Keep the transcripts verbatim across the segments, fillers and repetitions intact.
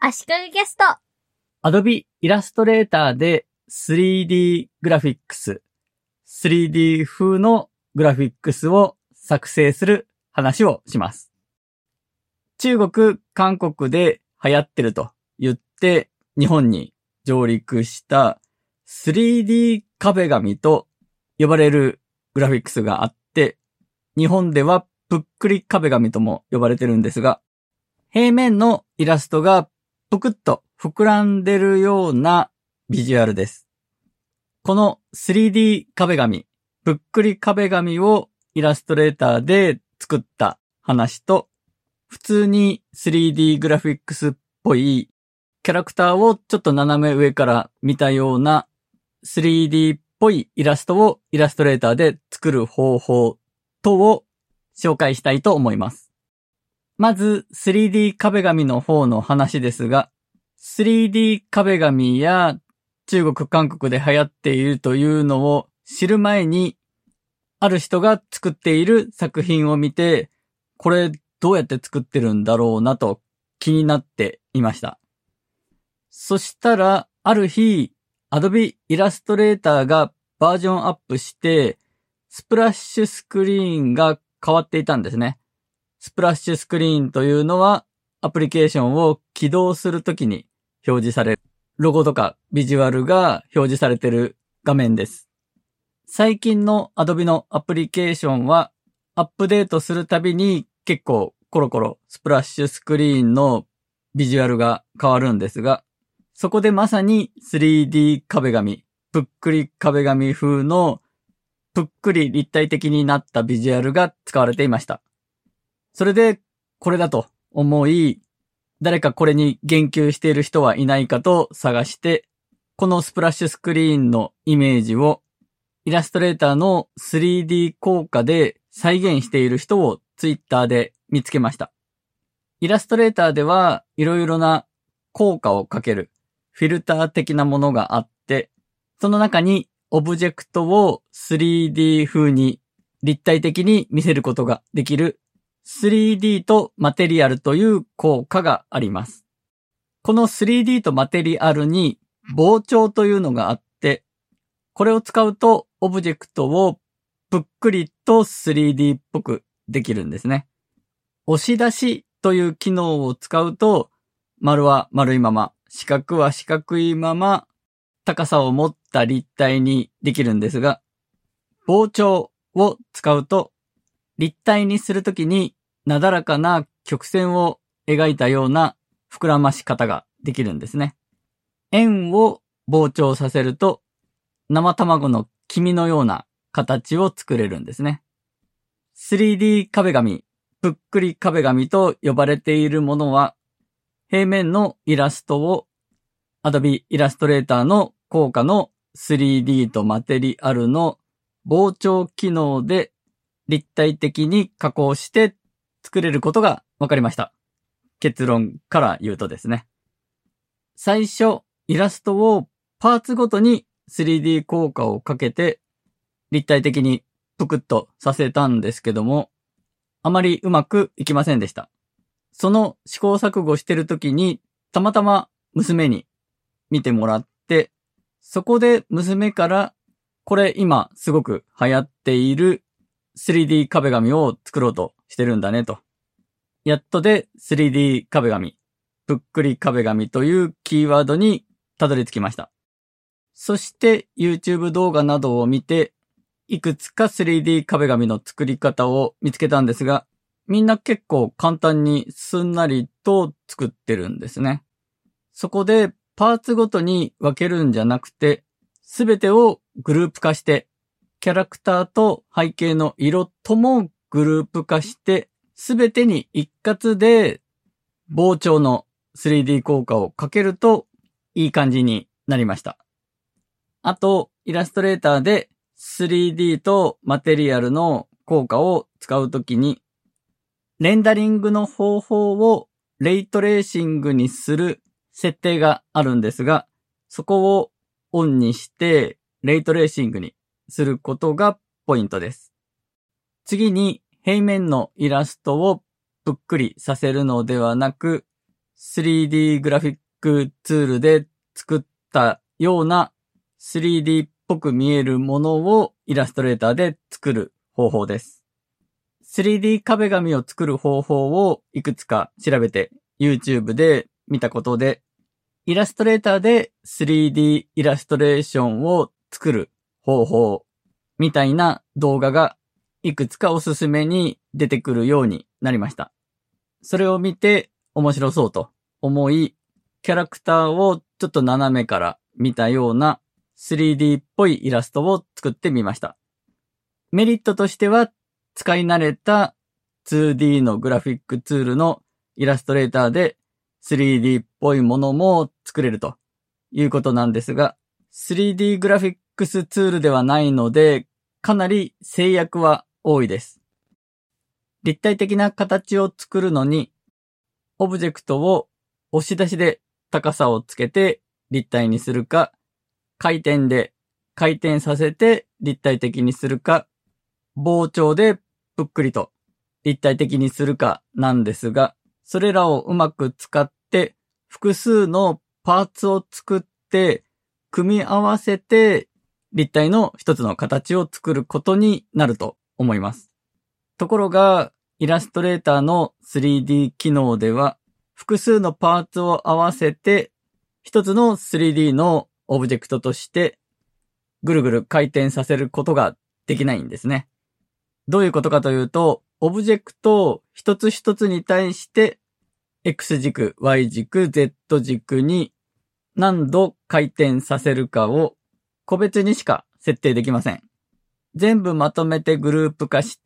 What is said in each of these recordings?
足利ゲスト。 Adobe Illustrator で スリーディー グラフィックス、スリーディー 風のグラフィックスを作成する話をします。中国、韓国で流行ってると言って日本に上陸したスリーディー 壁紙と呼ばれるグラフィックスがあって、日本ではぷっくり壁紙とも呼ばれてるんですが、平面のイラストがぷくっと膨らんでるようなビジュアルです。この スリーディー 壁紙、ぷっくり壁紙をイラストレーターで作った話と、普通に スリーディー グラフィックスっぽいキャラクターをちょっと斜め上から見たような スリーディー っぽいイラストをイラストレーターで作る方法等を紹介したいと思います。まず スリーディー 壁紙の方の話ですが、スリーディー 壁紙や中国、韓国で流行っているというのを知る前に、ある人が作っている作品を見て、これどうやって作ってるんだろうなと気になっていました。そしたら、ある日、Adobe Illustrator がバージョンアップして、スプラッシュスクリーンが変わっていたんですね。スプラッシュスクリーンというのは、アプリケーションを起動するときに表示される、ロゴとかビジュアルが表示されている画面です。最近の Adobe のアプリケーションは、アップデートするたびに結構コロコロスプラッシュスクリーンのビジュアルが変わるんですが、そこでまさに スリーディー 壁紙、ぷっくり壁紙風のぷっくり立体的になったビジュアルが使われていました。それでこれだと思い、誰かこれに言及している人はいないかと探して、このスプラッシュスクリーンのイメージをイラストレーターの スリーディー 効果で再現している人をツイッターで見つけました。イラストレーターではいろいろな効果をかけるフィルター的なものがあって、その中にオブジェクトを スリーディー 風に立体的に見せることができる スリーディー とマテリアルという効果があります。この スリーディー とマテリアルに膨張というのがあって、これを使うとオブジェクトをぷっくりと スリーディー っぽくできるんですね。押し出しという機能を使うと、丸は丸いまま、四角は四角いまま、高さを持った立体にできるんですが、膨張を使うと、立体にするときになだらかな曲線を描いたような膨らまし方ができるんですね。円を膨張させると、生卵の黄身のような形を作れるんですね。スリーディー 壁紙、ぷっくり壁紙と呼ばれているものは、平面のイラストを Adobe Illustrator の効果の スリーディー とマテリアルの膨張機能で立体的に加工して作れることが分かりました。結論から言うとですね。最初、イラストをパーツごとに スリーディー 効果をかけて立体的にぷくっとさせたんですけども、あまりうまくいきませんでした。その試行錯誤してるときに、たまたま娘に見てもらって、そこで娘から、これ今すごく流行っている スリーディー 壁紙を作ろうとしてるんだねと。やっとで スリーディー 壁紙、ぷっくり壁紙というキーワードにたどり着きました。そして YouTube 動画などを見て、いくつか スリーディー 壁紙の作り方を見つけたんですが、みんな結構簡単にすんなりと作ってるんですね。そこでパーツごとに分けるんじゃなくて、すべてをグループ化して、キャラクターと背景の色ともグループ化して、すべてに一括で膨張の スリーディー 効果をかけるといい感じになりました。あと、イラストレーターで スリーディー とマテリアルの効果を使うときに、レンダリングの方法をレイトレーシングにする設定があるんですが、そこをオンにしてレイトレーシングにすることがポイントです。次に平面のイラストをぷっくりさせるのではなく、 スリーディー グラフィックツールで作ったような スリーディー っぽく見えるものをイラストレーターで作る方法です。スリーディー 壁紙を作る方法をいくつか調べて YouTube で見たことで、イラストレーターで スリーディー イラストレーションを作る方法みたいな動画がいくつかおすすめに出てくるようになりました。それを見て面白そうと思い、キャラクターをちょっと斜めから見たような スリーディー っぽいイラストを作ってみました。メリットとしては、使い慣れた ツーディー のグラフィックツールのイラストレーターで スリーディー っぽいものも作れるということなんですが、スリーディー グラフィックスツールではないので、かなり制約は多いです。立体的な形を作るのに、オブジェクトを押し出しで高さをつけて立体にするか、回転で回転させて立体的にするか、膨張でぷっくりと立体的にするかなんですが、それらをうまく使って複数のパーツを作って組み合わせて立体の一つの形を作ることになると思います。ところが、イラストレーターの スリーディー 機能では複数のパーツを合わせて一つの スリーディー のオブジェクトとしてぐるぐる回転させることができないんですね。どういうことかというと、オブジェクト一つ一つに対して X 軸、Y 軸、Z 軸に何度回転させるかを個別にしか設定できません。全部まとめてグループ化して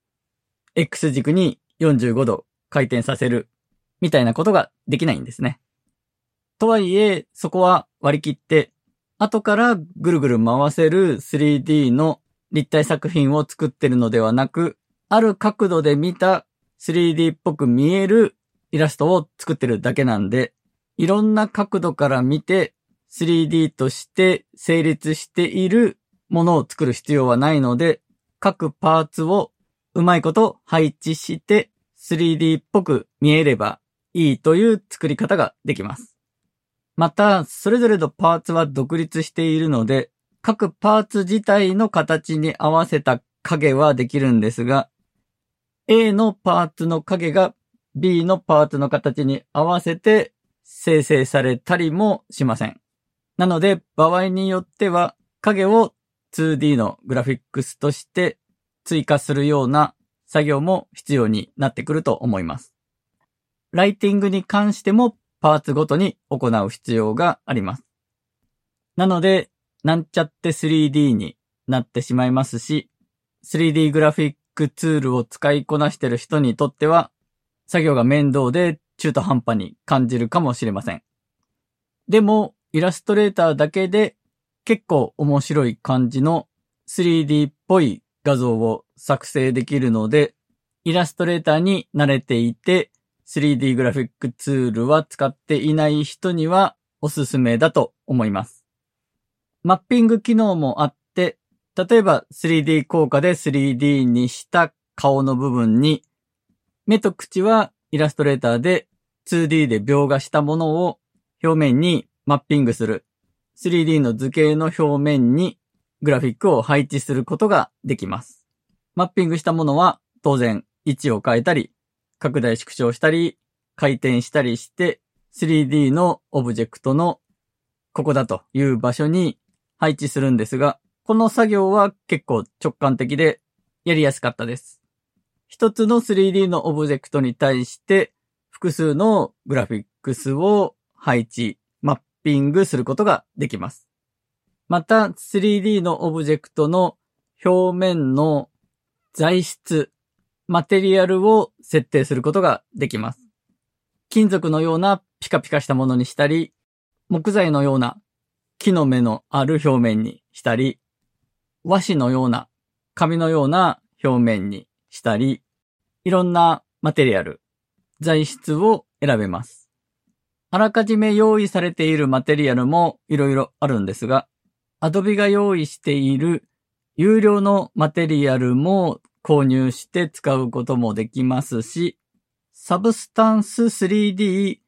X 軸によんじゅうごど回転させるみたいなことができないんですね。とはいえ、そこは割り切って後からぐるぐる回せる スリーディー の立体作品を作ってるのではなく、ある角度で見た スリーディー っぽく見えるイラストを作ってるだけなんで、いろんな角度から見て スリーディー として成立しているものを作る必要はないので、各パーツをうまいこと配置して スリーディー っぽく見えればいいという作り方ができます。また、それぞれのパーツは独立しているので、各パーツ自体の形に合わせた影はできるんですが、A のパーツの影が B のパーツの形に合わせて生成されたりもしません。なので、場合によっては影を ツーディー のグラフィックスとして追加するような作業も必要になってくると思います。ライティングに関してもパーツごとに行う必要があります。なので、なんちゃって スリーディー になってしまいますし、スリーディー グラフィックツールを使いこなしている人にとっては、作業が面倒で中途半端に感じるかもしれません。でも、イラストレーターだけで結構面白い感じの スリーディー っぽい画像を作成できるので、イラストレーターに慣れていて、スリーディー グラフィックツールは使っていない人にはおすすめだと思います。マッピング機能もあって、例えば スリーディー 効果で スリーディー にした顔の部分に、目と口はイラストレーターで ツーディー で描画したものを表面にマッピングする。スリーディー の図形の表面にグラフィックを配置することができます。マッピングしたものは当然位置を変えたり、拡大縮小したり、回転したりして スリーディー のオブジェクトのここだという場所に配置するんですが、この作業は結構直感的でやりやすかったです。一つの スリーディー のオブジェクトに対して複数のグラフィックスを配置、マッピングすることができます。また スリーディー のオブジェクトの表面の材質、マテリアルを設定することができます。金属のようなピカピカしたものにしたり、木材のような木の芽のある表面にしたり、和紙のような紙のような表面にしたり、いろんなマテリアル、材質を選べます。あらかじめ用意されているマテリアルもいろいろあるんですが、Adobe が用意している有料のマテリアルも購入して使うこともできますし、サブスタンス スリーディー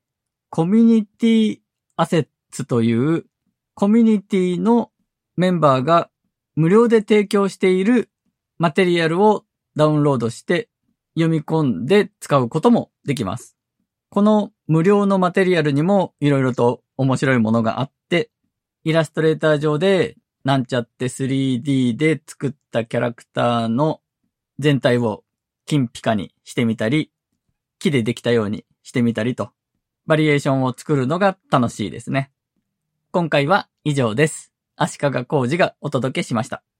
コミュニティアセッツというコミュニティのメンバーが無料で提供しているマテリアルをダウンロードして読み込んで使うこともできます。この無料のマテリアルにもいろいろと面白いものがあって、イラストレーター上でなんちゃって スリーディー で作ったキャラクターの全体を金ピカにしてみたり、木でできたようにしてみたりと、バリエーションを作るのが楽しいですね。今回は以上です。足利浩二がお届けしました。